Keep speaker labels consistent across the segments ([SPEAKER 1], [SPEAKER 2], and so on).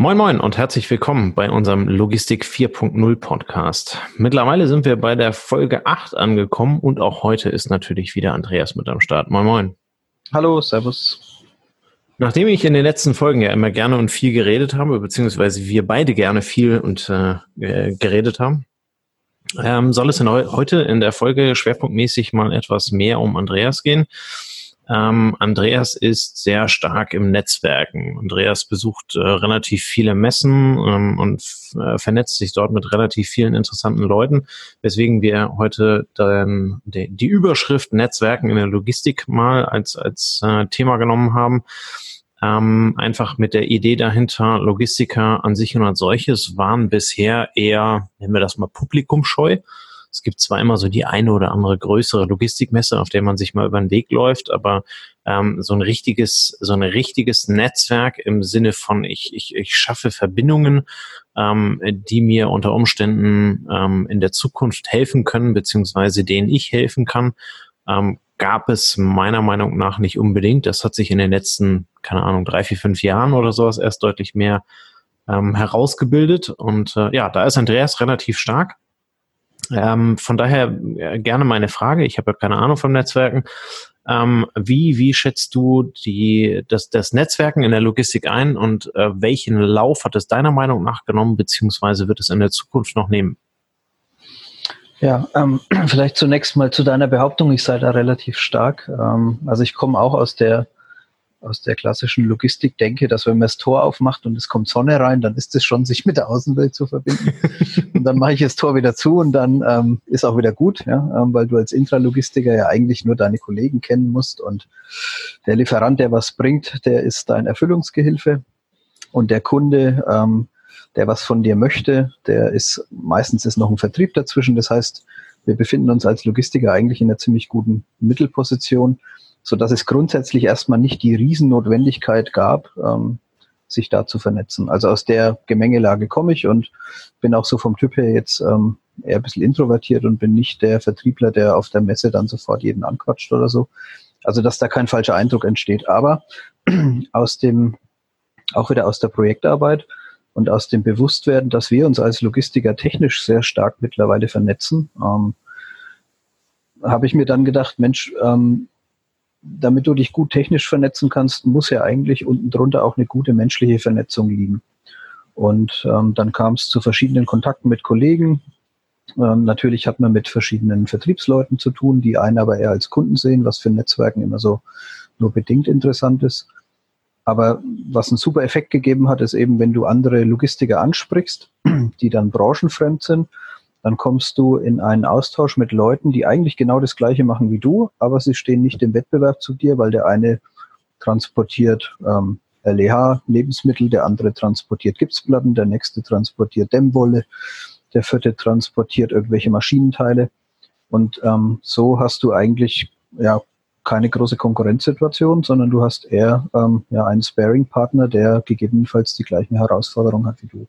[SPEAKER 1] Moin Moin und herzlich willkommen bei unserem Logistik 4.0 Podcast. Mittlerweile sind wir bei der Folge 8 angekommen und auch heute ist natürlich wieder Andreas mit am Start. Moin Moin.
[SPEAKER 2] Hallo, servus.
[SPEAKER 1] Nachdem ich in den letzten Folgen ja immer gerne und viel geredet habe, beziehungsweise wir beide gerne viel und geredet haben, soll es heute in der Folge schwerpunktmäßig mal etwas mehr um Andreas gehen. Andreas ist sehr stark im Netzwerken. Andreas besucht relativ viele Messen und vernetzt sich dort mit relativ vielen interessanten Leuten, weswegen wir heute die Überschrift Netzwerken in der Logistik mal als Thema genommen haben. Einfach mit der Idee dahinter, Logistiker an sich und als solches waren bisher eher, nennen wir das mal, publikumsscheu. Es gibt zwar immer so die eine oder andere größere Logistikmesse, auf der man sich mal über den Weg läuft, aber so ein richtiges Netzwerk im Sinne von ich schaffe Verbindungen, die mir unter Umständen in der Zukunft helfen können, beziehungsweise denen ich helfen kann, gab es meiner Meinung nach nicht unbedingt. Das hat sich in den letzten, 3, 4, 5 Jahren oder sowas erst deutlich mehr herausgebildet. Und da ist Andreas relativ stark. Von daher gerne meine Frage, ich habe ja keine Ahnung von Netzwerken. Wie schätzt du das Netzwerken in der Logistik ein und welchen Lauf hat es deiner Meinung nach genommen, beziehungsweise wird es in der Zukunft noch nehmen?
[SPEAKER 2] Ja, vielleicht zunächst mal zu deiner Behauptung, ich sei da relativ stark. Also ich komme auch aus der klassischen Logistik, denke, dass wenn man das Tor aufmacht und es kommt Sonne rein, dann ist es schon, sich mit der Außenwelt zu verbinden. Und dann mache ich das Tor wieder zu und dann ist auch wieder gut, ja, weil du als Intralogistiker ja eigentlich nur deine Kollegen kennen musst und der Lieferant, der was bringt, der ist dein Erfüllungsgehilfe und der Kunde, der was von dir möchte, meistens ist noch ein Vertrieb dazwischen. Das heißt, wir befinden uns als Logistiker eigentlich in einer ziemlich guten Mittelposition, so dass es grundsätzlich erstmal nicht die Riesennotwendigkeit gab, sich da zu vernetzen. Also aus der Gemengelage komme ich und bin auch so vom Typ her jetzt eher ein bisschen introvertiert und bin nicht der Vertriebler, der auf der Messe dann sofort jeden anquatscht oder so. Also dass da kein falscher Eindruck entsteht. Aber auch wieder aus der Projektarbeit und aus dem Bewusstwerden, dass wir uns als Logistiker technisch sehr stark mittlerweile vernetzen, habe ich mir dann gedacht, Mensch, damit du dich gut technisch vernetzen kannst, muss ja eigentlich unten drunter auch eine gute menschliche Vernetzung liegen. Und dann kam es zu verschiedenen Kontakten mit Kollegen. Natürlich hat man mit verschiedenen Vertriebsleuten zu tun, die einen aber eher als Kunden sehen, was für Netzwerken immer so nur bedingt interessant ist. Aber was einen super Effekt gegeben hat, ist eben, wenn du andere Logistiker ansprichst, die dann branchenfremd sind, dann kommst du in einen Austausch mit Leuten, die eigentlich genau das Gleiche machen wie du, aber sie stehen nicht im Wettbewerb zu dir, weil der eine transportiert LEH, Lebensmittel, der andere transportiert Gipsplatten, der nächste transportiert Dämmwolle, der vierte transportiert irgendwelche Maschinenteile. Und so hast du eigentlich keine große Konkurrenzsituation, sondern du hast eher einen Sparing-Partner, der gegebenenfalls die gleichen Herausforderungen hat wie du.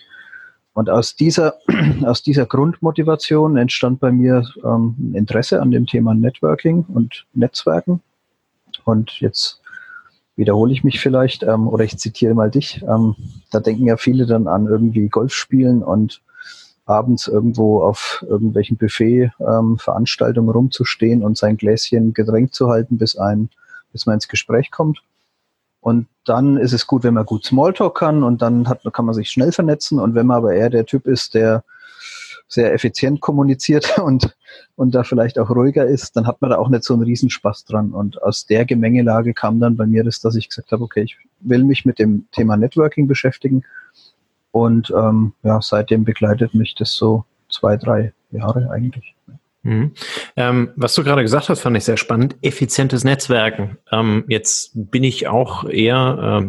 [SPEAKER 2] Und aus dieser Grundmotivation entstand bei mir ein Interesse an dem Thema Networking und Netzwerken. Und jetzt wiederhole ich mich vielleicht, oder ich zitiere mal dich. Da denken ja viele dann an irgendwie Golf spielen und abends irgendwo auf irgendwelchen Buffet-Veranstaltungen rumzustehen und sein Gläschen Getränk zu halten, bis man ins Gespräch kommt. Und dann ist es gut, wenn man gut Smalltalk kann und dann kann man sich schnell vernetzen. Und wenn man aber eher der Typ ist, der sehr effizient kommuniziert und da vielleicht auch ruhiger ist, dann hat man da auch nicht so einen Riesenspaß dran. Und aus der Gemengelage kam dann bei mir das, dass ich gesagt habe, okay, ich will mich mit dem Thema Networking beschäftigen. Und seitdem begleitet mich das so 2, 3 Jahre eigentlich.
[SPEAKER 1] Mhm. Was du gerade gesagt hast, fand ich sehr spannend. Effizientes Netzwerken. Jetzt bin ich auch eher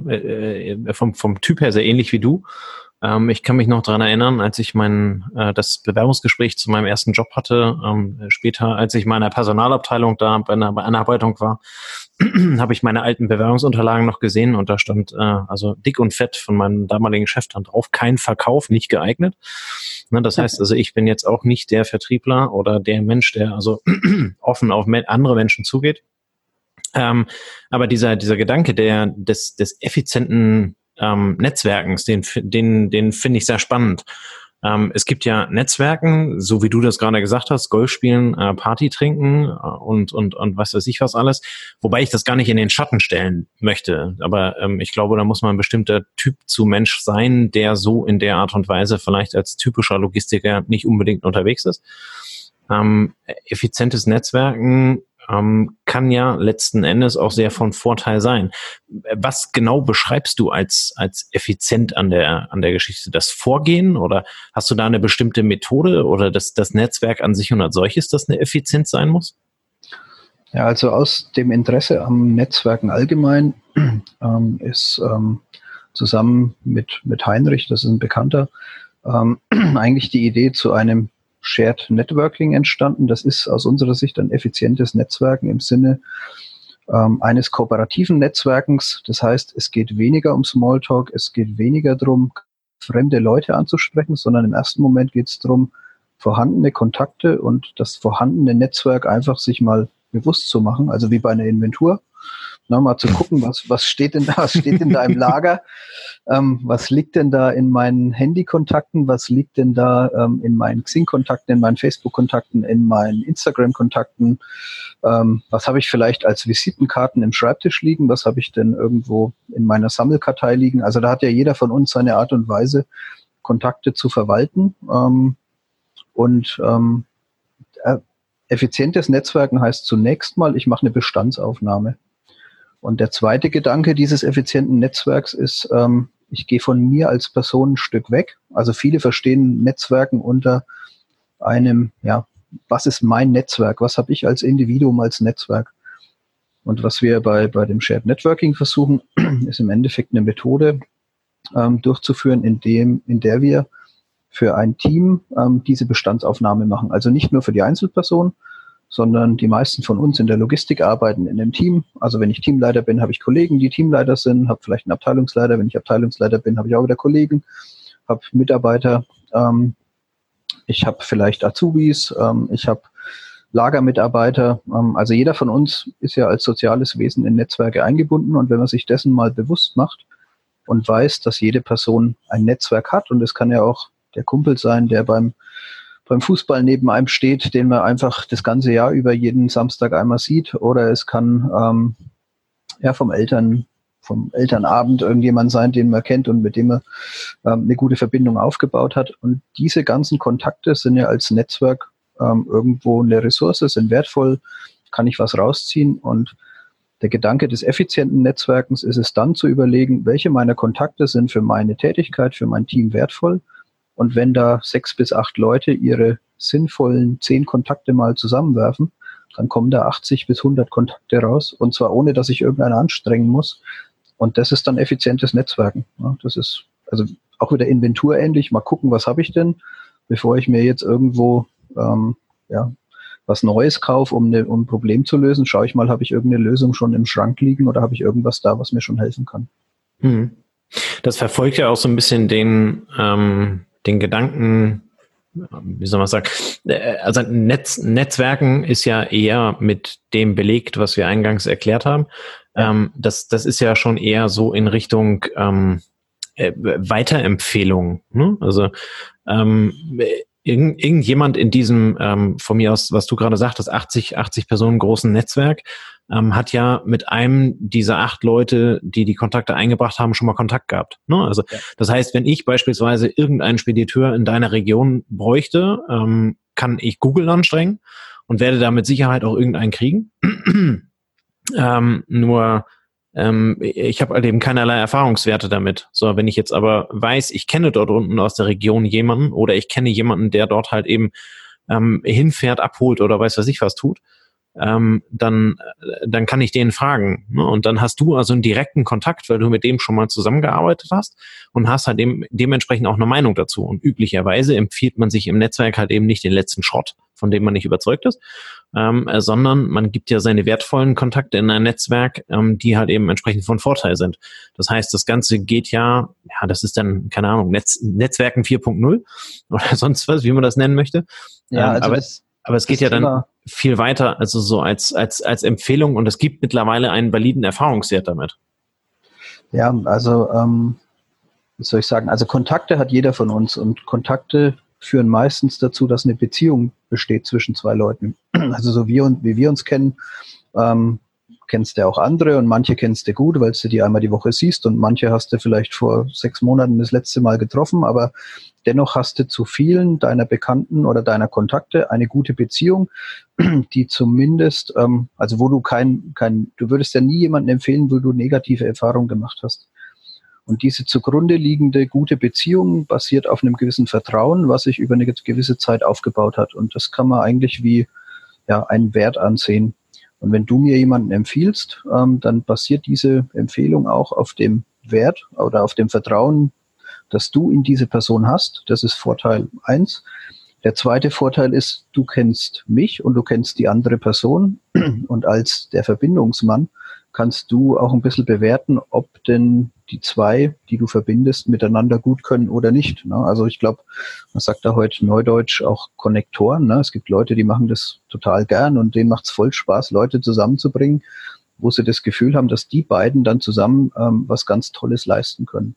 [SPEAKER 1] vom Typ her sehr ähnlich wie du. Ich kann mich noch daran erinnern, als ich das Bewerbungsgespräch zu meinem ersten Job hatte, später, als ich in meiner Personalabteilung da bei einer Einarbeitung war, habe ich meine alten Bewerbungsunterlagen noch gesehen und da stand also dick und fett von meinem damaligen Chef dann drauf, kein Verkauf, nicht geeignet. Ne, das heißt also, ich bin jetzt auch nicht der Vertriebler oder der Mensch, der also offen auf andere Menschen zugeht. Aber dieser Gedanke des effizienten Netzwerkens, den finde ich sehr spannend. Es gibt ja Netzwerken, so wie du das gerade gesagt hast, Golf spielen, Party trinken und was weiß ich was alles, wobei ich das gar nicht in den Schatten stellen möchte. Aber ich glaube, da muss man ein bestimmter Typ zu Mensch sein, der so in der Art und Weise vielleicht als typischer Logistiker nicht unbedingt unterwegs ist. Effizientes Netzwerken kann ja letzten Endes auch sehr von Vorteil sein. Was genau beschreibst du als effizient an der Geschichte? Das Vorgehen oder hast du da eine bestimmte Methode oder das Netzwerk an sich und als solches, das eine Effizienz sein muss?
[SPEAKER 2] Ja, also aus dem Interesse am Netzwerken allgemein ist zusammen mit Heinrich, das ist ein Bekannter, eigentlich die Idee zu einem Shared Networking entstanden. Das ist aus unserer Sicht ein effizientes Netzwerken im Sinne eines kooperativen Netzwerkens. Das heißt, es geht weniger um Smalltalk, es geht weniger darum, fremde Leute anzusprechen, sondern im ersten Moment geht es darum, vorhandene Kontakte und das vorhandene Netzwerk einfach sich mal bewusst zu machen, also wie bei einer Inventur. Mal zu gucken, was steht denn da im Lager, was liegt denn da in meinen Handykontakten, was liegt denn da in meinen Xing-Kontakten, in meinen Facebook-Kontakten, in meinen Instagram-Kontakten, was habe ich vielleicht als Visitenkarten im Schreibtisch liegen, was habe ich denn irgendwo in meiner Sammelkartei liegen. Also da hat ja jeder von uns seine Art und Weise, Kontakte zu verwalten. Effizientes Netzwerken heißt zunächst mal, ich mache eine Bestandsaufnahme. Und der zweite Gedanke dieses effizienten Netzwerks ist, ich gehe von mir als Person ein Stück weg. Also viele verstehen Netzwerken unter einem, ja, was ist mein Netzwerk? Was habe ich als Individuum als Netzwerk? Und was wir bei dem Shared Networking versuchen, ist im Endeffekt eine Methode durchzuführen, in der wir für ein Team diese Bestandsaufnahme machen. Also nicht nur für die Einzelperson, sondern die meisten von uns in der Logistik arbeiten in einem Team. Also wenn ich Teamleiter bin, habe ich Kollegen, die Teamleiter sind, habe vielleicht einen Abteilungsleiter. Wenn ich Abteilungsleiter bin, habe ich auch wieder Kollegen, habe Mitarbeiter. Ich habe vielleicht Azubis, ich habe Lagermitarbeiter. Also jeder von uns ist ja als soziales Wesen in Netzwerke eingebunden. Und wenn man sich dessen mal bewusst macht und weiß, dass jede Person ein Netzwerk hat, und es kann ja auch der Kumpel sein, der beim Fußball neben einem steht, den man einfach das ganze Jahr über jeden Samstag einmal sieht, oder es kann vom Elternabend irgendjemand sein, den man kennt und mit dem man eine gute Verbindung aufgebaut hat. Und diese ganzen Kontakte sind ja als Netzwerk irgendwo eine Ressource, sind wertvoll, kann ich was rausziehen. Und der Gedanke des effizienten Netzwerkens ist es dann zu überlegen, welche meiner Kontakte sind für meine Tätigkeit, für mein Team wertvoll. Und wenn da 6 bis 8 Leute ihre sinnvollen 10 Kontakte mal zusammenwerfen, dann kommen da 80 bis 100 Kontakte raus. Und zwar ohne, dass ich irgendeiner anstrengen muss. Und das ist dann effizientes Netzwerken. Ja, das ist also auch wieder inventurähnlich. Mal gucken, was habe ich denn, bevor ich mir jetzt irgendwo was Neues kaufe, um ein Problem zu lösen. Schaue ich mal, habe ich irgendeine Lösung schon im Schrank liegen oder habe ich irgendwas da, was mir schon helfen kann.
[SPEAKER 1] Das verfolgt ja auch so ein bisschen den Gedanken, wie soll man sagen, also Netzwerken ist ja eher mit dem belegt, was wir eingangs erklärt haben. Das ist ja schon eher so in Richtung Weiterempfehlung. Ne? Also irgendjemand in diesem, von mir aus, was du gerade sagtest, 80 Personen großen Netzwerk, hat ja mit einem dieser 8 Leute, die Kontakte eingebracht haben, schon mal Kontakt gehabt. Ne? Also das heißt, wenn ich beispielsweise irgendeinen Spediteur in deiner Region bräuchte, kann ich Google anstrengen und werde da mit Sicherheit auch irgendeinen kriegen. Ich habe halt eben keinerlei Erfahrungswerte damit. So, wenn ich jetzt aber weiß, ich kenne dort unten aus der Region jemanden oder ich kenne jemanden, der dort halt eben hinfährt, abholt oder weiß was ich was tut, dann kann ich den fragen. Ne? Und dann hast du also einen direkten Kontakt, weil du mit dem schon mal zusammengearbeitet hast und hast halt dementsprechend auch eine Meinung dazu. Und üblicherweise empfiehlt man sich im Netzwerk halt eben nicht den letzten Schrott, von dem man nicht überzeugt ist, sondern man gibt ja seine wertvollen Kontakte in ein Netzwerk, die halt eben entsprechend von Vorteil sind. Das heißt, das Ganze geht das ist dann, keine Ahnung, Netzwerken 4.0 oder sonst was, wie man das nennen möchte.
[SPEAKER 2] Ja, also
[SPEAKER 1] aber es geht ja dann viel weiter, also so als Empfehlung, und es gibt mittlerweile einen validen Erfahrungswert damit.
[SPEAKER 2] Ja, also wie soll ich sagen, also Kontakte hat jeder von uns und Kontakte führen meistens dazu, dass eine Beziehung besteht zwischen zwei Leuten. Also so wie wir uns kennen, kennst du auch andere und manche kennst du gut, weil du die einmal die Woche siehst und manche hast du vielleicht vor 6 Monaten das letzte Mal getroffen, aber dennoch hast du zu vielen deiner Bekannten oder deiner Kontakte eine gute Beziehung, die zumindest, also wo du du würdest ja nie jemanden empfehlen, wo du negative Erfahrungen gemacht hast. Und diese zugrunde liegende gute Beziehung basiert auf einem gewissen Vertrauen, was sich über eine gewisse Zeit aufgebaut hat. Und das kann man eigentlich wie einen Wert ansehen. Und wenn du mir jemanden empfiehlst, dann basiert diese Empfehlung auch auf dem Wert oder auf dem Vertrauen, das du in diese Person hast. Das ist Vorteil 1. Der zweite Vorteil ist, du kennst mich und du kennst die andere Person. Und als der Verbindungsmann kannst du auch ein bisschen bewerten, ob denn die zwei, die du verbindest, miteinander gut können oder nicht. Ne? Also ich glaube, man sagt da heute neudeutsch auch Konnektoren. Ne? Es gibt Leute, die machen das total gern und denen macht es voll Spaß, Leute zusammenzubringen, wo sie das Gefühl haben, dass die beiden dann zusammen was ganz Tolles leisten können.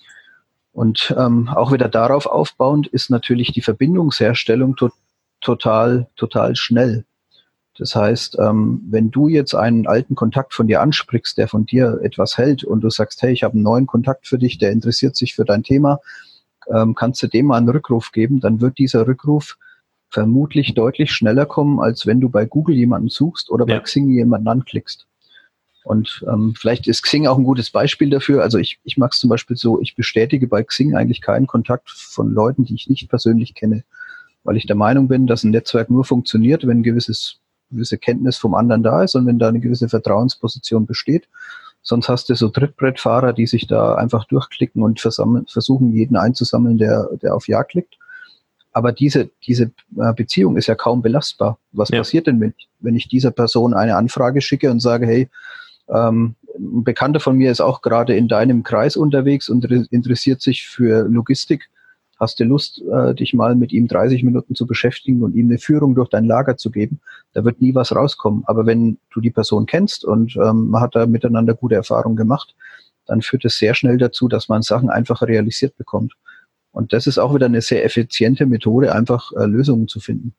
[SPEAKER 2] Und auch wieder darauf aufbauend ist natürlich die Verbindungsherstellung total schnell. Das heißt, wenn du jetzt einen alten Kontakt von dir ansprichst, der von dir etwas hält und du sagst, hey, ich habe einen neuen Kontakt für dich, der interessiert sich für dein Thema, kannst du dem mal einen Rückruf geben, dann wird dieser Rückruf vermutlich deutlich schneller kommen, als wenn du bei Google jemanden suchst oder bei Xing jemanden anklickst. Und vielleicht ist Xing auch ein gutes Beispiel dafür. Also ich mache es zum Beispiel so, ich bestätige bei Xing eigentlich keinen Kontakt von Leuten, die ich nicht persönlich kenne, weil ich der Meinung bin, dass ein Netzwerk nur funktioniert, wenn gewisse Kenntnis vom anderen da ist und wenn da eine gewisse Vertrauensposition besteht. Sonst hast du so Trittbrettfahrer, die sich da einfach durchklicken und versuchen, jeden einzusammeln, der auf Ja klickt. Aber diese Beziehung ist ja kaum belastbar. Was passiert denn, wenn ich dieser Person eine Anfrage schicke und sage, hey, ein Bekannter von mir ist auch gerade in deinem Kreis unterwegs und interessiert sich für Logistik. Hast du Lust, dich mal mit ihm 30 Minuten zu beschäftigen und ihm eine Führung durch dein Lager zu geben? Da wird nie was rauskommen. Aber wenn du die Person kennst und man hat da miteinander gute Erfahrungen gemacht, dann führt es sehr schnell dazu, dass man Sachen einfach realisiert bekommt. Und das ist auch wieder eine sehr effiziente Methode, einfach Lösungen zu finden.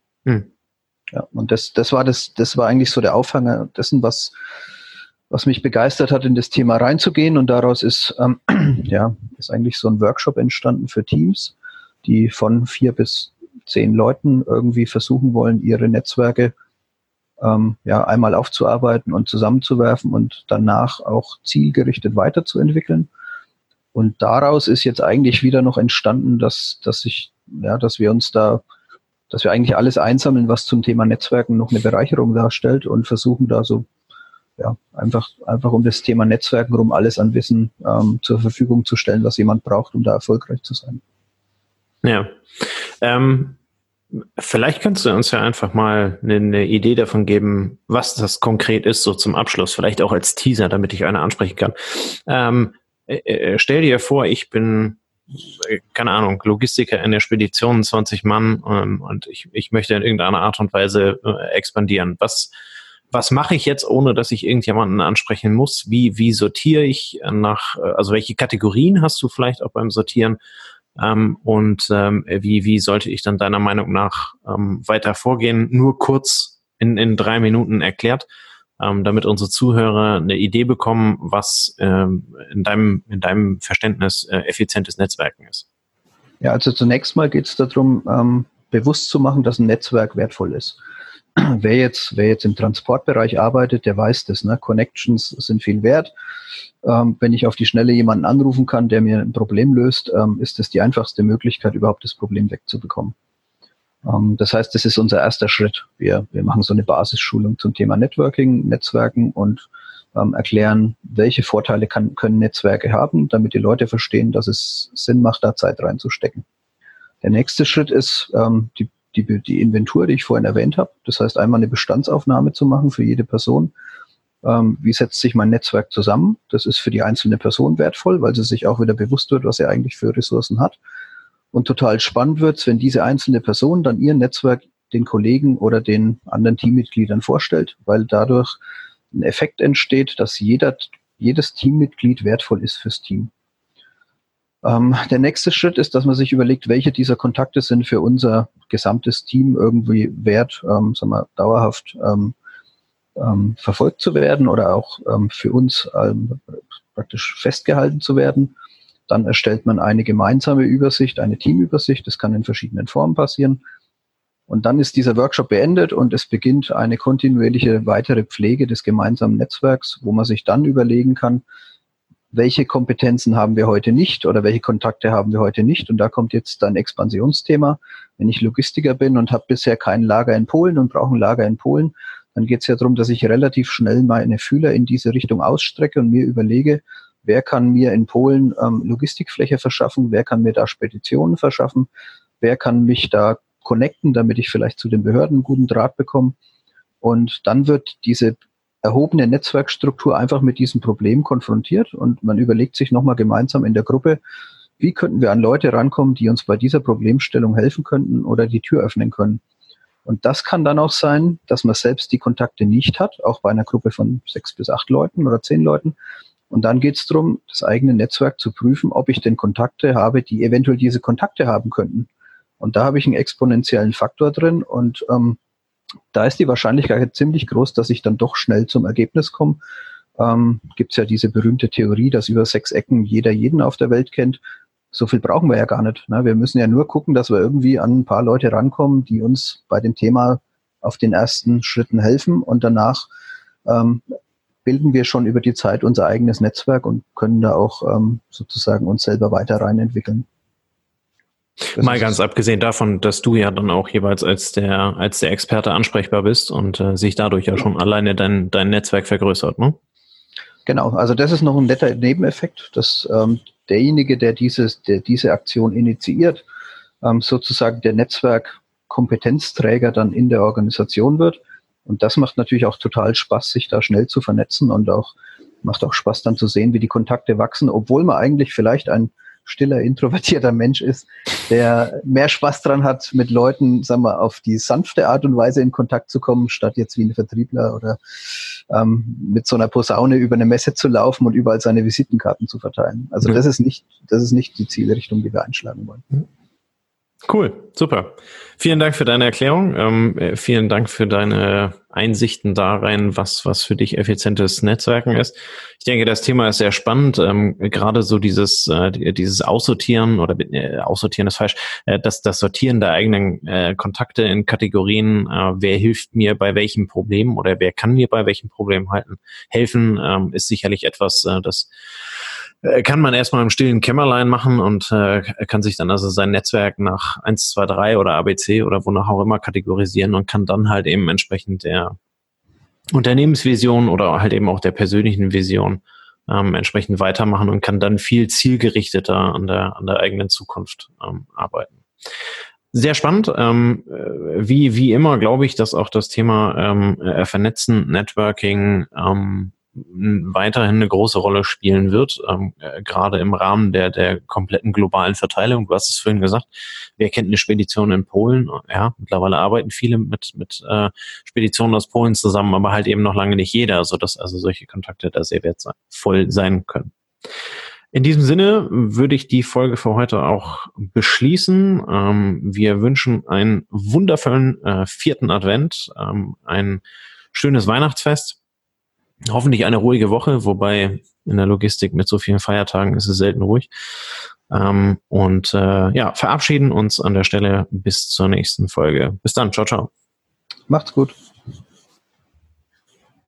[SPEAKER 2] Ja, und das war eigentlich so der Aufhänger dessen, was mich begeistert hat, in das Thema reinzugehen. Und daraus ist eigentlich so ein Workshop entstanden für Teams, die von 4 bis 10 Leuten irgendwie versuchen wollen, ihre Netzwerke einmal aufzuarbeiten und zusammenzuwerfen und danach auch zielgerichtet weiterzuentwickeln. Und daraus ist jetzt eigentlich wieder noch entstanden, dass wir eigentlich alles einsammeln, was zum Thema Netzwerken noch eine Bereicherung darstellt und versuchen da so einfach um das Thema Netzwerken rum alles an Wissen zur Verfügung zu stellen, was jemand braucht, um da erfolgreich zu sein.
[SPEAKER 1] Ja. Vielleicht kannst du uns ja einfach mal eine Idee davon geben, was das konkret ist, so zum Abschluss, vielleicht auch als Teaser, damit ich eine ansprechen kann. Stell dir vor, ich bin, keine Ahnung, Logistiker in der Spedition, 20 Mann, und ich möchte in irgendeiner Art und Weise expandieren. Was mache ich jetzt, ohne dass ich irgendjemanden ansprechen muss? Wie sortiere ich also welche Kategorien hast du vielleicht auch beim Sortieren? Wie sollte ich dann deiner Meinung nach weiter vorgehen? Nur kurz in 3 Minuten erklärt, damit unsere Zuhörer eine Idee bekommen, was in deinem Verständnis effizientes Netzwerken ist.
[SPEAKER 2] Ja, also zunächst mal geht es darum, bewusst zu machen, dass ein Netzwerk wertvoll ist. Wer jetzt im Transportbereich arbeitet, der weiß das. Ne? Connections sind viel wert. Wenn ich auf die Schnelle jemanden anrufen kann, der mir ein Problem löst, ist das die einfachste Möglichkeit, überhaupt das Problem wegzubekommen. Das heißt, das ist unser erster Schritt. Wir machen so eine Basisschulung zum Thema Networking, Netzwerken und erklären, welche Vorteile können Netzwerke haben, damit die Leute verstehen, dass es Sinn macht, da Zeit reinzustecken. Der nächste Schritt ist die Inventur, die ich vorhin erwähnt habe. Das heißt, einmal eine Bestandsaufnahme zu machen für jede Person. Wie setzt sich mein Netzwerk zusammen? Das ist für die einzelne Person wertvoll, weil sie sich auch wieder bewusst wird, was sie eigentlich für Ressourcen hat. Und total spannend wird's, wenn diese einzelne Person dann ihr Netzwerk den Kollegen oder den anderen Teammitgliedern vorstellt, weil dadurch ein Effekt entsteht, dass jedes Teammitglied wertvoll ist fürs Team. Der nächste Schritt ist, dass man sich überlegt, welche dieser Kontakte sind für unser gesamtes Team irgendwie wert, dauerhaft verfolgt zu werden oder auch für uns praktisch festgehalten zu werden. Dann erstellt man eine gemeinsame Übersicht, eine Teamübersicht. Das kann in verschiedenen Formen passieren. Und dann ist dieser Workshop beendet und es beginnt eine kontinuierliche weitere Pflege des gemeinsamen Netzwerks, wo man sich dann überlegen kann, welche Kompetenzen haben wir heute nicht oder welche Kontakte haben wir heute nicht. Und da kommt jetzt ein Expansionsthema. Wenn ich Logistiker bin und habe bisher kein Lager in Polen und brauche ein Lager in Polen, dann geht es ja darum, dass ich relativ schnell meine Fühler in diese Richtung ausstrecke und mir überlege, wer kann mir in Polen Logistikfläche verschaffen, wer kann mir da Speditionen verschaffen, wer kann mich da connecten, damit ich vielleicht zu den Behörden einen guten Draht bekomme. Und dann wird diese erhobene Netzwerkstruktur einfach mit diesem Problem konfrontiert und man überlegt sich nochmal gemeinsam in der Gruppe, wie könnten wir an Leute rankommen, die uns bei dieser Problemstellung helfen könnten oder die Tür öffnen können. Und das kann dann auch sein, dass man selbst die Kontakte nicht hat, auch bei einer Gruppe von 6 bis 8 Leuten oder 10 Leuten. Und dann geht es darum, das eigene Netzwerk zu prüfen, ob ich denn Kontakte habe, die eventuell diese Kontakte haben könnten. Und da habe ich einen exponentiellen Faktor drin und da ist die Wahrscheinlichkeit ziemlich groß, dass ich dann doch schnell zum Ergebnis komme. Gibt es ja diese berühmte Theorie, dass über 6 Ecken jeder jeden auf der Welt kennt. So viel brauchen wir ja gar nicht. Ne? Wir müssen ja nur gucken, dass wir irgendwie an ein paar Leute rankommen, die uns bei dem Thema auf den ersten Schritten helfen. Und danach bilden wir schon über die Zeit unser eigenes Netzwerk und können da auch sozusagen uns selber weiter rein entwickeln.
[SPEAKER 1] Mal ganz abgesehen davon, dass du ja dann auch jeweils als der Experte ansprechbar bist und sich dadurch ja schon alleine dein Netzwerk vergrößert, ne? Genau, also das ist noch ein netter Nebeneffekt, dass derjenige, der diese Aktion initiiert, sozusagen der Netzwerkkompetenzträger dann in der Organisation wird. Und das macht natürlich auch total Spaß, sich da schnell zu vernetzen und macht auch Spaß dann zu sehen, wie die Kontakte wachsen, obwohl man eigentlich vielleicht ein stiller, introvertierter Mensch ist, der mehr Spaß dran hat, mit Leuten, sagen wir, auf die sanfte Art und Weise in Kontakt zu kommen, statt jetzt wie ein Vertriebler oder mit so einer Posaune über eine Messe zu laufen und überall seine Visitenkarten zu verteilen. Also das ist nicht die Zielrichtung, die wir einschlagen wollen. Cool, super. Vielen Dank für deine Erklärung. Vielen Dank für deine Einsichten da rein, was für dich effizientes Netzwerken ist. Ich denke, das Thema ist sehr spannend. Gerade so dieses Aussortieren oder Aussortieren ist falsch, das Sortieren der eigenen Kontakte in Kategorien, wer hilft mir bei welchem Problem oder wer kann mir bei welchem Problem helfen, ist sicherlich etwas, das kann man erstmal im stillen Kämmerlein machen und kann sich dann also sein Netzwerk nach 1, 2, 3 oder ABC oder wonach auch immer kategorisieren und kann dann halt eben entsprechend der Unternehmensvision oder halt eben auch der persönlichen Vision entsprechend weitermachen und kann dann viel zielgerichteter an der eigenen Zukunft arbeiten. Sehr spannend. Wie immer glaube ich, dass auch das Thema Vernetzen, Networking weiterhin eine große Rolle spielen wird, gerade im Rahmen der kompletten globalen Verteilung. Du hast es vorhin gesagt, wer kennt eine Spedition in Polen? Ja, mittlerweile arbeiten viele mit Speditionen aus Polen zusammen, aber halt eben noch lange nicht jeder, sodass also solche Kontakte da sehr wertvoll sein können. In diesem Sinne würde ich die Folge für heute auch beschließen. Wir wünschen einen wundervollen 4. Advent, ein schönes Weihnachtsfest. Hoffentlich eine ruhige Woche, wobei in der Logistik mit so vielen Feiertagen ist es selten ruhig. Verabschieden uns an der Stelle bis zur nächsten Folge. Bis dann, ciao, ciao.
[SPEAKER 2] Macht's gut.